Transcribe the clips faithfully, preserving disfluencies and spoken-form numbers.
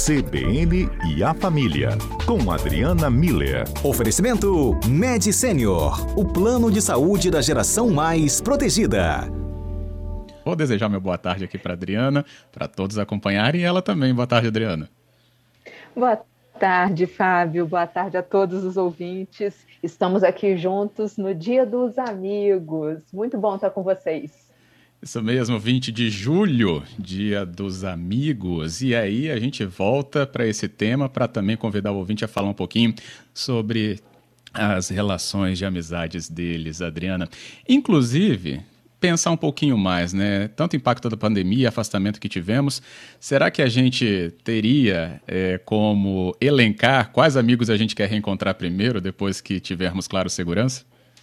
C B N e a família, com Adriana Miller. Oferecimento Med Senior, o plano de saúde da geração mais protegida. Vou desejar meu boa tarde aqui para Adriana, para todos acompanharem, e ela também. Boa tarde, Adriana. Boa tarde, Fábio. Boa tarde a todos os ouvintes. Estamos aqui juntos no Dia dos Amigos. Muito bom estar com vocês. Isso mesmo, vinte de julho, Dia dos Amigos. E aí a gente volta para esse tema para também convidar o ouvinte a falar um pouquinho sobre as relações de amizades deles, Adriana. Inclusive, pensar um pouquinho mais, né? Tanto o impacto da pandemia, afastamento que tivemos, será que a gente teria é, como elencar quais amigos a gente quer reencontrar primeiro, depois que tivermos, claro, segurança?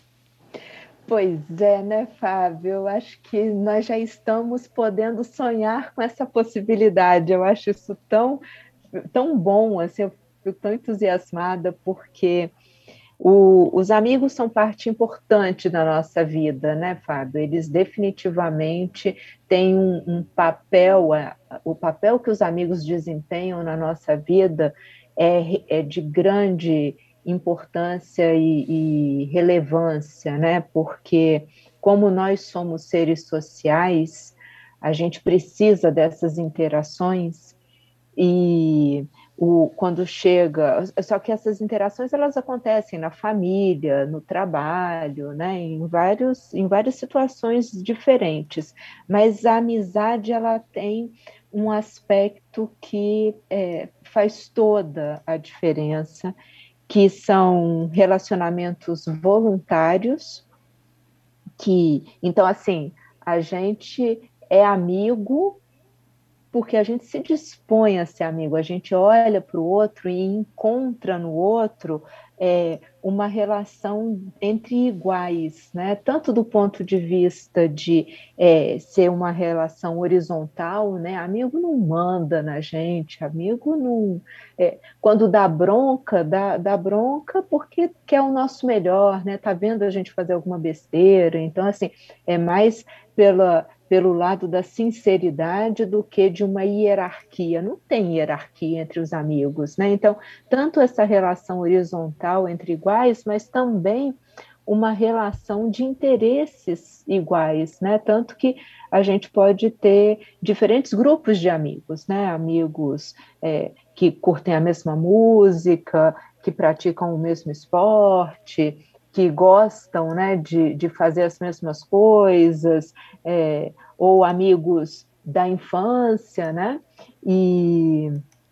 Pois é, né, Fábio? Eu acho que nós já estamos podendo sonhar com essa possibilidade. Eu acho isso tão, tão bom, assim, eu fico tão entusiasmada, porque o, os amigos são parte importante da nossa vida, né, Fábio? Eles definitivamente têm um, um papel, o papel que os amigos desempenham na nossa vida é, é de grande importância e, e relevância, né? Porque como nós somos seres sociais, a gente precisa dessas interações e o, quando chega, só que essas interações elas acontecem na família, no trabalho, né? Em vários, em várias situações diferentes, mas a amizade ela tem um aspecto que é, faz toda a diferença, que são relacionamentos voluntários, que, então, assim, a gente é amigo porque a gente se dispõe a ser amigo, a gente olha para o outro e encontra no outro é, uma relação entre iguais, né? Tanto do ponto de vista de é, ser uma relação horizontal, né? Amigo não manda na gente, amigo não... É, quando dá bronca, dá, dá bronca porque quer o nosso melhor, né? Tá vendo a gente fazer alguma besteira, então, assim, é mais pela... pelo lado da sinceridade do que de uma hierarquia. Não tem hierarquia entre os amigos, né? Então, tanto essa relação horizontal entre iguais, mas também uma relação de interesses iguais, né? Tanto que a gente pode ter diferentes grupos de amigos, né? Amigos é, que curtem a mesma música, que praticam o mesmo esporte, que gostam, né, de, de fazer as mesmas coisas, é, ou amigos da infância, né? E,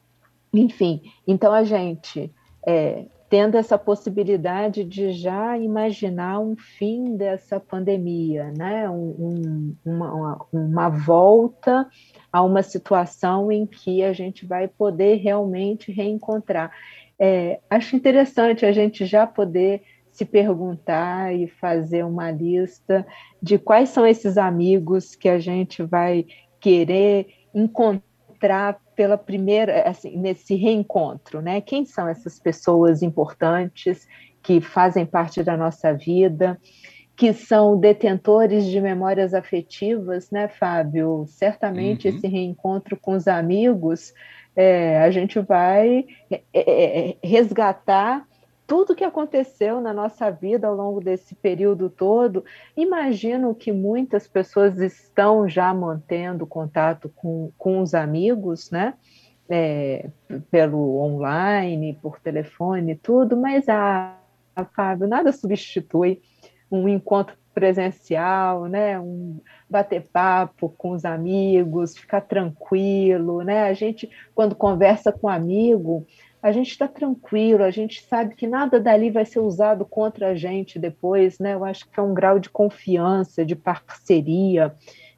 enfim, então a gente, é, tendo essa possibilidade de já imaginar um fim dessa pandemia, né? Um, um, uma, uma, uma volta a uma situação em que a gente vai poder realmente reencontrar. É, acho interessante a gente já poder se perguntar e fazer uma lista de quais são esses amigos que a gente vai querer encontrar pela primeira, assim, nesse reencontro, né? Quem são essas pessoas importantes que fazem parte da nossa vida, que são detentores de memórias afetivas, né, Fábio? Certamente Uhum. esse reencontro com os amigos, é, a gente vai é, é, resgatar tudo que aconteceu na nossa vida ao longo desse período todo. Imagino que muitas pessoas estão já mantendo contato com, com os amigos, né? É, pelo online, por telefone, tudo, mas, ah, Fábio, nada substitui um encontro presencial, né? Um bater papo com os amigos, ficar tranquilo, né? A gente, quando conversa com um amigo, a gente está tranquilo, a gente sabe que nada dali vai ser usado contra a gente depois, né? Eu acho que é um grau de confiança, de parceria,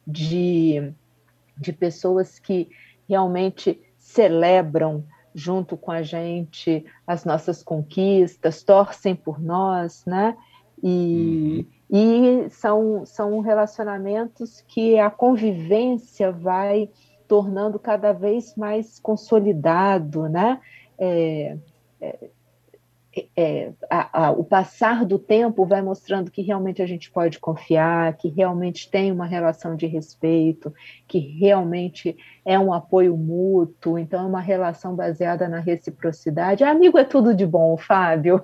de, de pessoas que realmente celebram junto com a gente as nossas conquistas, torcem por nós, né? E, uhum. e são, são relacionamentos que a convivência vai tornando cada vez mais consolidado, né? É, é, é, a, a, o passar do tempo vai mostrando que realmente a gente pode confiar, que realmente tem uma relação de respeito, que realmente é um apoio mútuo, então é uma relação baseada na reciprocidade. Amigo é tudo de bom, Fábio.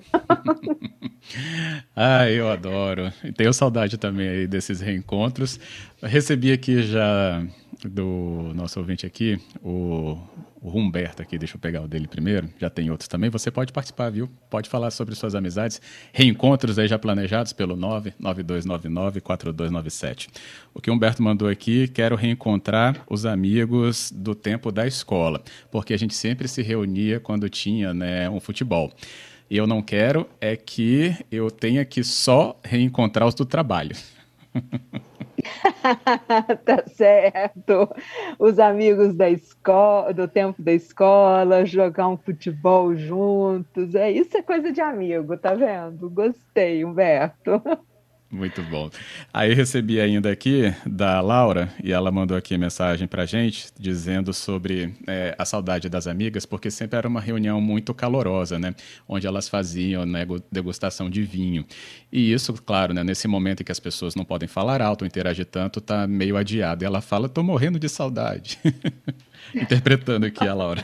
Ah, eu adoro. E tenho saudade também aí desses reencontros. Eu recebi aqui já do nosso ouvinte aqui, o, o Humberto aqui, deixa eu pegar o dele primeiro, já tem outros também. Você pode participar, viu? Pode falar sobre suas amizades, reencontros aí já planejados pelo nove nove dois nove nove quatro dois nove sete. O que o Humberto mandou aqui: quero reencontrar os amigos do tempo da escola, porque a gente sempre se reunia quando tinha, né, um futebol. E eu não quero é que eu tenha que só reencontrar os do trabalho. Tá certo. Os amigos da escola, do tempo da escola, jogar um futebol juntos. É, isso é coisa de amigo, tá vendo? Gostei, Humberto. Muito bom. Aí recebi ainda aqui da Laura, e ela mandou aqui mensagem pra gente, dizendo sobre é, a saudade das amigas, porque sempre era uma reunião muito calorosa, né? Onde elas faziam, né, degustação de vinho. E isso, claro, né, nesse momento em que as pessoas não podem falar alto, interagir tanto, tá meio adiado. E ela fala: tô morrendo de saudade. Interpretando aqui a Laura.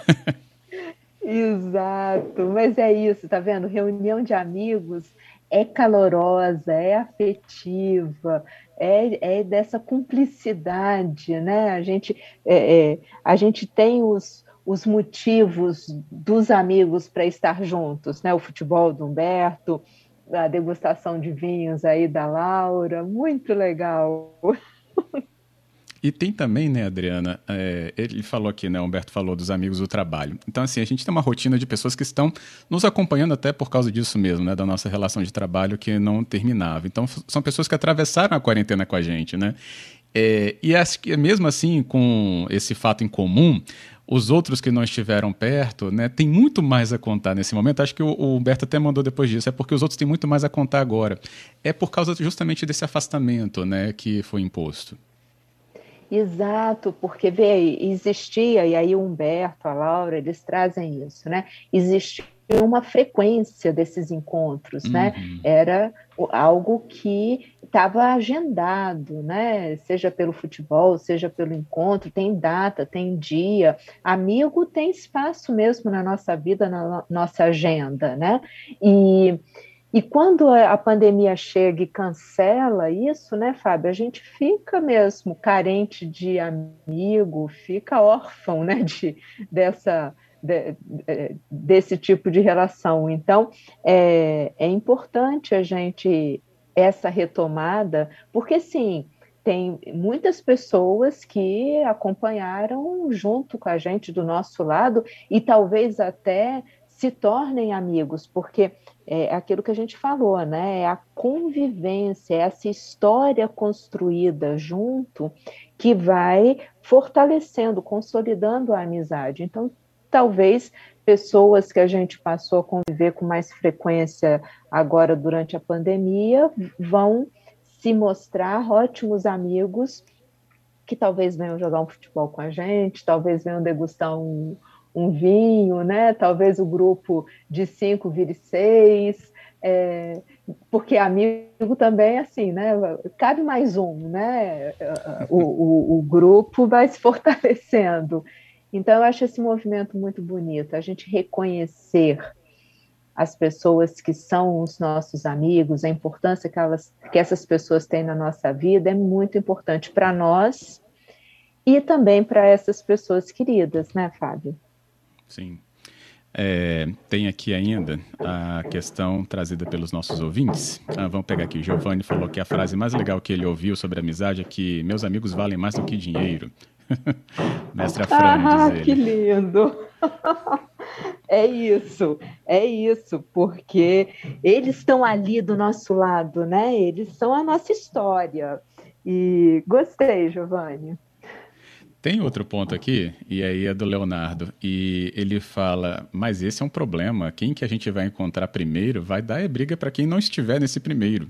Exato, mas é isso, tá vendo? Reunião de amigos é calorosa, é afetiva, é, é dessa cumplicidade, né? A gente, é, é, a gente tem os, os motivos dos amigos para estar juntos, né? O futebol do Humberto, a degustação de vinhos aí da Laura, muito legal. E tem também, né, Adriana, é, ele falou aqui, né, o Humberto falou dos amigos do trabalho. Então, assim, a gente tem uma rotina de pessoas que estão nos acompanhando até por causa disso mesmo, né, da nossa relação de trabalho que não terminava. Então, são pessoas que atravessaram a quarentena com a gente, né? É, e acho que mesmo assim, com esse fato em comum, os outros que não estiveram perto, né, tem muito mais a contar nesse momento. Acho que o, o Humberto até mandou depois disso, é porque os outros têm muito mais a contar agora. É por causa justamente desse afastamento, né, que foi imposto. Exato, porque vê, existia, e aí o Humberto, a Laura, eles trazem isso, né? Existia uma frequência desses encontros, Uhum. né? Era algo que estava agendado, né? Seja pelo futebol, seja pelo encontro, tem data, tem dia. Amigo tem espaço mesmo na nossa vida, na nossa agenda, né? E E quando a pandemia chega e cancela isso, né, Fábio, a gente fica mesmo carente de amigo, fica órfão, né, de, dessa, de, desse tipo de relação. Então, é, é importante a gente, essa retomada, porque, sim, tem muitas pessoas que acompanharam junto com a gente do nosso lado e talvez até se tornem amigos, porque é aquilo que a gente falou, né? É a convivência, é essa história construída junto que vai fortalecendo, consolidando a amizade. Então, talvez pessoas que a gente passou a conviver com mais frequência agora durante a pandemia vão se mostrar ótimos amigos que talvez venham jogar um futebol com a gente, talvez venham degustar um um vinho, né? Talvez o grupo de cinco vire seis, é, porque amigo também é assim, né? Cabe mais um, né? O, o, o grupo vai se fortalecendo. Então, eu acho esse movimento muito bonito, a gente reconhecer as pessoas que são os nossos amigos, a importância que, elas, que essas pessoas têm na nossa vida é muito importante para nós e também para essas pessoas queridas, né, Fábio? Sim. É, tem aqui ainda a questão trazida pelos nossos ouvintes. Ah, vamos pegar aqui. Giovanni falou que a frase mais legal que ele ouviu sobre amizade é que meus amigos valem mais do que dinheiro. Mestre Afrânio, ah, diz ele. Que lindo! É isso, é isso, porque eles estão ali do nosso lado, né? Eles são a nossa história. E gostei, Giovanni. Tem outro ponto aqui, e aí é do Leonardo, e ele fala, mas esse é um problema, quem que a gente vai encontrar primeiro vai dar é briga para quem não estiver nesse primeiro.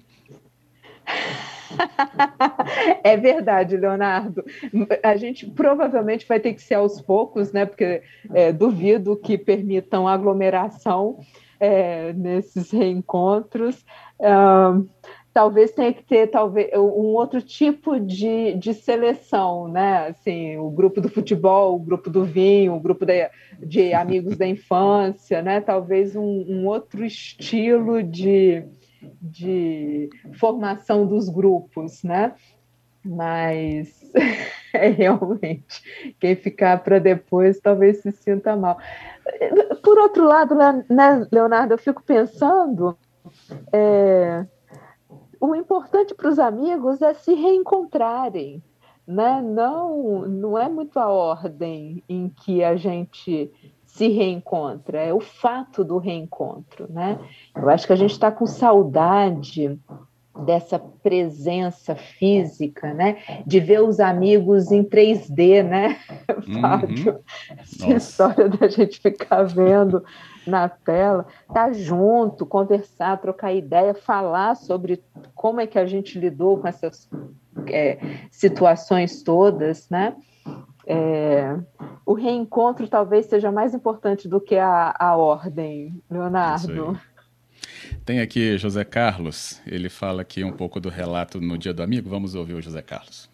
É verdade, Leonardo. A gente provavelmente vai ter que ser aos poucos, né? Porque é, duvido que permitam aglomeração, é, nesses reencontros. Uh, talvez tenha que ter talvez, um outro tipo de, de seleção, né? Assim, o grupo do futebol, o grupo do vinho, o grupo de, de amigos da infância, né? Talvez um, um outro estilo de, de formação dos grupos, né? Mas é realmente, quem ficar para depois talvez se sinta mal. Por outro lado, né, Leonardo, eu fico pensando, é, o importante para os amigos é se reencontrarem, né? Não, não é muito a ordem em que a gente se reencontra, é o fato do reencontro, né? Eu acho que a gente está com saudade dessa presença física, né? De ver os amigos em três D, né, Fábio? Uhum. Essa história da gente ficar vendo na tela, estar junto, conversar, trocar ideia, falar sobre como é que a gente lidou com essas é, situações todas, né? É, o reencontro talvez seja mais importante do que a, a ordem, Leonardo. Tem aqui José Carlos, ele fala aqui um pouco do relato no Dia do Amigo. Vamos ouvir o José Carlos.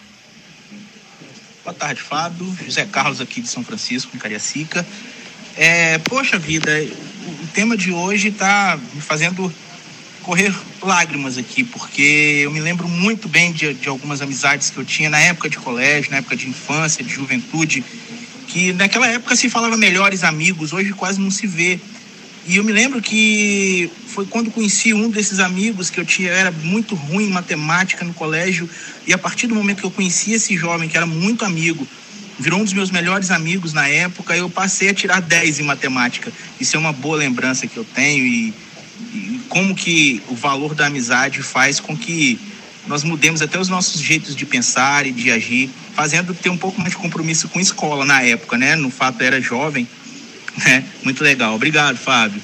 Boa tarde, Fábio. José Carlos aqui de São Francisco, em Cariacica. É, poxa vida, o tema de hoje está me fazendo correr lágrimas aqui, porque eu me lembro muito bem de, de algumas amizades que eu tinha na época de colégio, na época de infância, de juventude, que naquela época se falava melhores amigos, hoje quase não se vê. E eu me lembro que foi quando conheci um desses amigos que eu tinha, eu era muito ruim em matemática no colégio, e a partir do momento que eu conheci esse jovem, que era muito amigo, virou um dos meus melhores amigos na época, eu passei a tirar dez em matemática. Isso é uma boa lembrança que eu tenho, e, e como que o valor da amizade faz com que nós mudemos até os nossos jeitos de pensar e de agir, fazendo ter um pouco mais de compromisso com a escola na época, né? No fato, eu era jovem. É, muito legal. Obrigado, Fábio.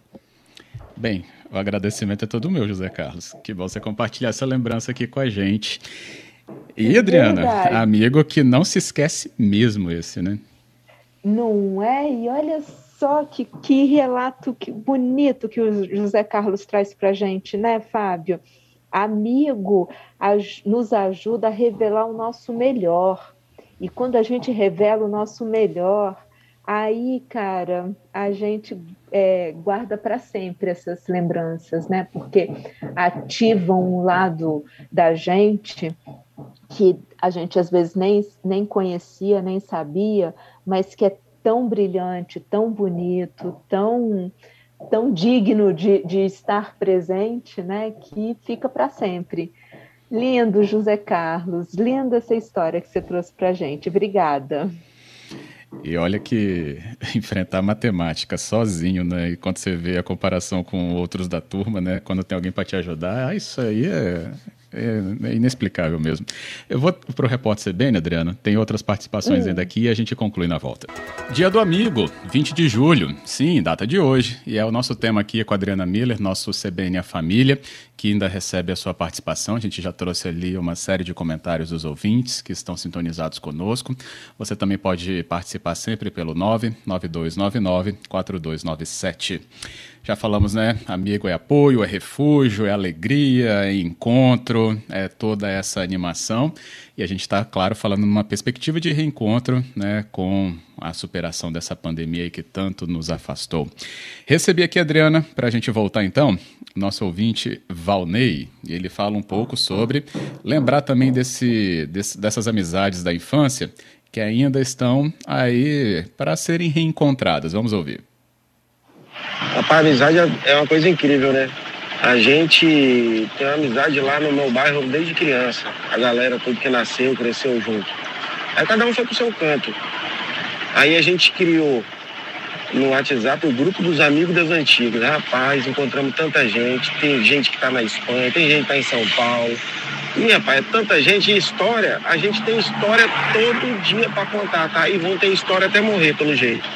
Bem, o agradecimento é todo meu, José Carlos. Que bom você compartilhar essa lembrança aqui com a gente. E, é Adriana, verdade. Amigo que não se esquece mesmo esse, né? Não é? E olha só que, que relato que bonito que o José Carlos traz pra gente, né, Fábio? Amigo nos ajuda a revelar o nosso melhor. E quando a gente revela o nosso melhor, aí, cara, a gente é, guarda para sempre essas lembranças, né? Porque ativam um lado da gente que a gente às vezes nem, nem conhecia, nem sabia, mas que é tão brilhante, tão bonito, tão, tão digno de, de estar presente, né? Que fica para sempre. Lindo, José Carlos, linda essa história que você trouxe para a gente. Obrigada. E olha que enfrentar matemática sozinho, né? E quando você vê a comparação com outros da turma, né? Quando tem alguém para te ajudar, ah, isso aí é, é, é inexplicável mesmo. Eu vou para o Repórter C B N, Adriana. Tem outras participações hum. ainda aqui e a gente conclui na volta. Dia do Amigo, vinte de julho. Sim, data de hoje. E é o nosso tema aqui com a Adriana Miller, nosso C B N A Família, que ainda recebe a sua participação. A gente já trouxe ali uma série de comentários dos ouvintes que estão sintonizados conosco. Você também pode participar sempre pelo nove nove dois nove nove quatro dois nove sete. Já falamos, né? Amigo é apoio, é refúgio, é alegria, é encontro, é toda essa animação. E a gente está, claro, falando numa perspectiva de reencontro, né? Com a superação dessa pandemia aí que tanto nos afastou. Recebi aqui a Adriana para a gente voltar então. Nosso ouvinte Valnei, ele fala um pouco sobre lembrar também desse, desse, dessas amizades da infância que ainda estão aí para serem reencontradas. Vamos ouvir. A amizade é uma coisa incrível, né? A gente tem uma amizade lá no meu bairro desde criança. A galera toda que nasceu, cresceu junto. Aí cada um foi pro seu canto. Aí a gente criou no WhatsApp o grupo dos amigos das antigas. Rapaz, encontramos tanta gente. Tem gente que tá na Espanha, tem gente que tá em São Paulo. E, rapaz, é tanta gente e história. A gente tem história todo dia pra contar, tá? E vão ter história até morrer, pelo jeito.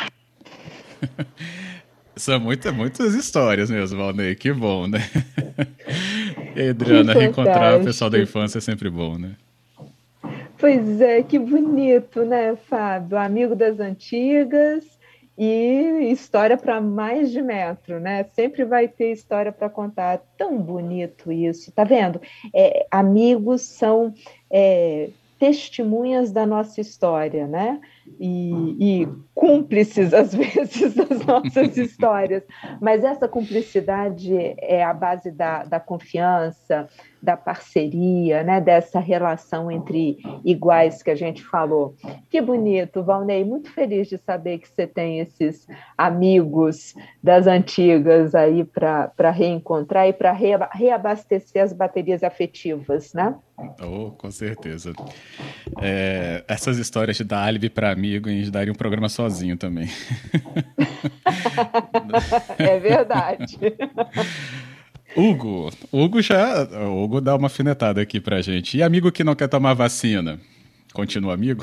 São muitas, muitas histórias mesmo, Valnei. Que bom, né? E aí, Adriana, reencontrar o pessoal da infância é sempre bom, né? Pois é, que bonito, né, Fábio? Amigo das antigas e história para mais de metro, né? Sempre vai ter história para contar. Tão bonito isso, tá vendo? É, amigos são é, testemunhas da nossa história, né? E, e cúmplices, às vezes, das nossas histórias. Mas essa cumplicidade é a base da, da confiança, da parceria, né? Dessa relação entre iguais que a gente falou. Que bonito, Valnei, muito feliz de saber que você tem esses amigos das antigas aí para reencontrar e para reabastecer as baterias afetivas, né? Oh, com certeza. É, essas histórias de dar álibi para amigo, a gente daria um programa sozinho também. É verdade. Hugo, Hugo já, Hugo dá uma afinetada aqui pra gente. E amigo que não quer tomar vacina, continua amigo?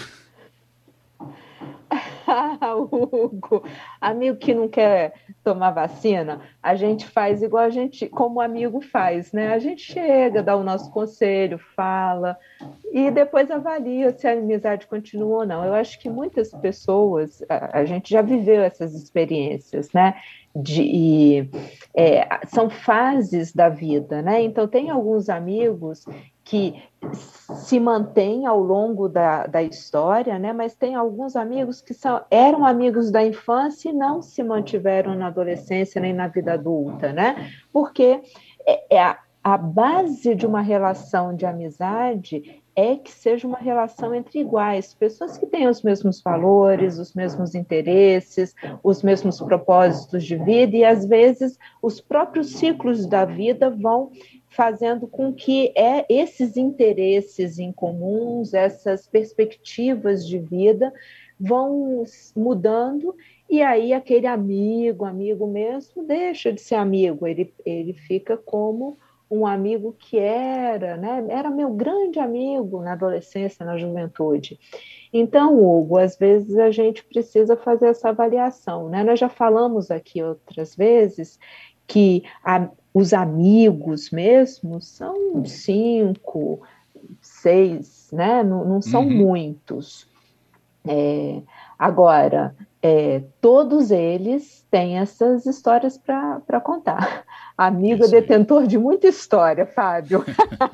Hugo, amigo que não quer tomar vacina, a gente faz igual a gente, como amigo faz, né? A gente chega, dá o nosso conselho, fala e depois avalia se a amizade continua ou não. Eu acho que muitas pessoas, a, a gente já viveu essas experiências, né? De, e, é, são fases da vida, né? Então tem alguns amigos que se mantêm ao longo da, da história, né? Mas tem alguns amigos que são, eram amigos da infância e não se mantiveram na adolescência nem na vida adulta, né? Porque é, é a, a base de uma relação de amizade é que seja uma relação entre iguais, pessoas que têm os mesmos valores, os mesmos interesses, os mesmos propósitos de vida, e às vezes os próprios ciclos da vida vão fazendo com que é, esses interesses em comuns, essas perspectivas de vida vão mudando, e aí aquele amigo, amigo mesmo, deixa de ser amigo, ele, ele fica como um amigo que era, né? Era meu grande amigo na adolescência, na juventude. Então, Hugo, às vezes a gente precisa fazer essa avaliação, né? Nós já falamos aqui outras vezes que a, os amigos mesmo são cinco, seis, né? Não, não são uhum. muitos. É, agora, é, todos eles têm essas histórias para contar. Amigo é detentor de muita história, Fábio.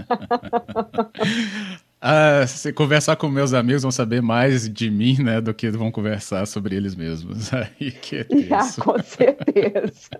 Ah, se conversar com meus amigos vão saber mais de mim, né, do que vão conversar sobre eles mesmos. Aí que é isso. Ah, com certeza.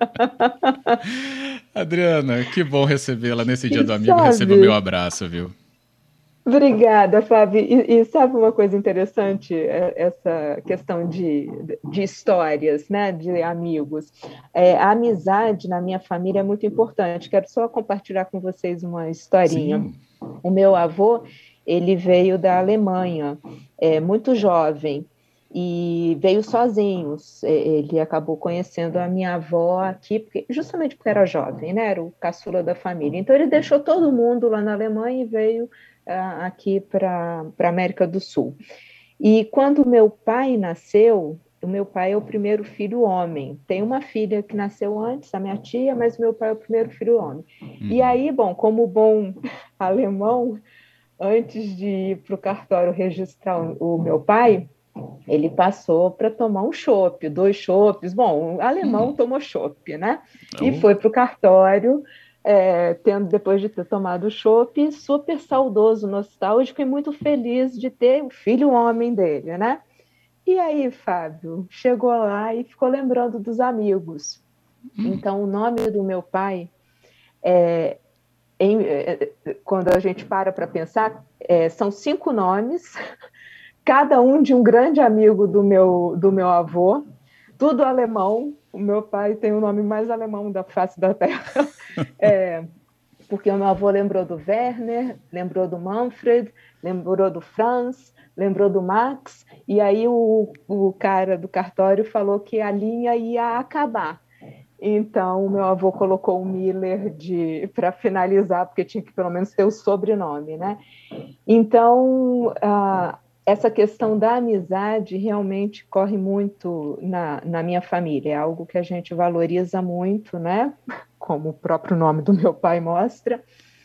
Adriana, que bom recebê-la nesse dia do amigo. Receba o meu abraço, viu? Obrigada, Fábio. E, e sabe uma coisa interessante? Essa questão de, de histórias, né, de amigos. É, a amizade na minha família é muito importante. Quero só compartilhar com vocês uma historinha. Sim. O meu avô, ele veio da Alemanha, é, muito jovem, e veio sozinho. Ele acabou conhecendo a minha avó aqui, porque, justamente porque era jovem, né, era o caçula da família. Então, ele deixou todo mundo lá na Alemanha e veio aqui para a América do Sul. E quando meu pai nasceu, o meu pai é o primeiro filho homem. Tem uma filha que nasceu antes, a minha tia, mas meu pai é o primeiro filho homem. Uhum. E aí, bom, como bom alemão, antes de ir para o cartório registrar o meu pai, ele passou para tomar um chopp, dois choppes. Bom, o alemão uhum. tomou chopp, né? Uhum. E foi para o cartório. É, tendo, depois de ter tomado o chopp, super saudoso, nostálgico e muito feliz de ter o filho homem dele, né? E aí, Fábio, chegou lá e ficou lembrando dos amigos. Hum. Então, o nome do meu pai, é, em, é, quando a gente para para pensar, é, são cinco nomes, cada um de um grande amigo do meu, do meu avô, tudo alemão. O meu pai tem o nome mais alemão da face da terra, é, porque o meu avô lembrou do Werner, lembrou do Manfred, lembrou do Franz, lembrou do Max, e aí o, o cara do cartório falou que a linha ia acabar. Então, o meu avô colocou o Miller para finalizar, porque tinha que pelo menos ter o sobrenome, né? Então, a essa questão da amizade realmente corre muito na, na minha família, é algo que a gente valoriza muito, né? Como o próprio nome do meu pai mostra,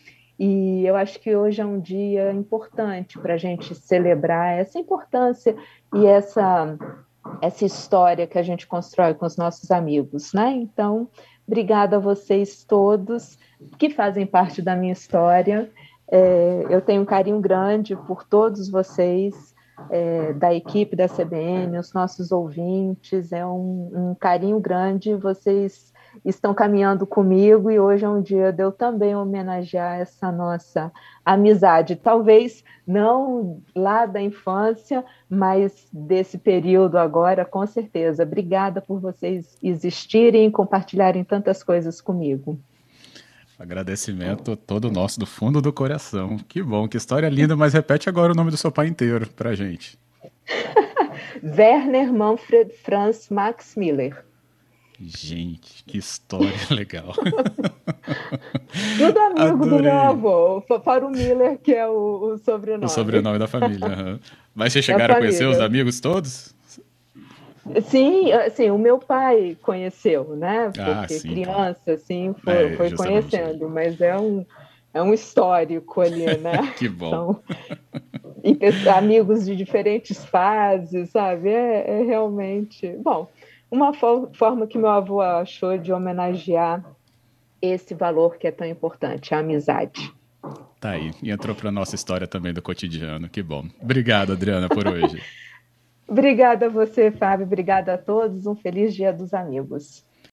e eu acho que hoje é um dia importante para a gente celebrar essa importância e essa essa história que a gente constrói com os nossos amigos, né? Então, obrigada a vocês todos que fazem parte da minha história. É, eu tenho um carinho grande por todos vocês, é, da equipe da C B N, os nossos ouvintes, é um, um carinho grande, vocês estão caminhando comigo e hoje é um dia de eu também homenagear essa nossa amizade, talvez não lá da infância, mas desse período agora, com certeza. Obrigada por vocês existirem e compartilharem tantas coisas comigo. Agradecimento todo nosso, do fundo do coração. Que bom, que história linda, mas repete agora o nome do seu pai inteiro pra gente. Werner Manfred Franz Max Miller. Gente, que história legal. Tudo amigo Adorei. Do meu avô, para o Miller, que é o, o sobrenome. O sobrenome da família. Uhum. Mas vocês chegaram a conhecer os amigos todos? Sim, assim, o meu pai conheceu, né? Porque ah, sim, criança, assim, foi, é, foi conhecendo, mas é um, é um histórico ali, né? Que bom. Então, e amigos de diferentes fases, sabe? É, é realmente... Bom, uma for- forma que meu avô achou de homenagear esse valor que é tão importante, a amizade. Tá aí, e entrou para nossa história também do cotidiano, que bom. Obrigado, Adriana, por hoje. Obrigada a você, Fábio, obrigada a todos, um feliz Dia dos Amigos.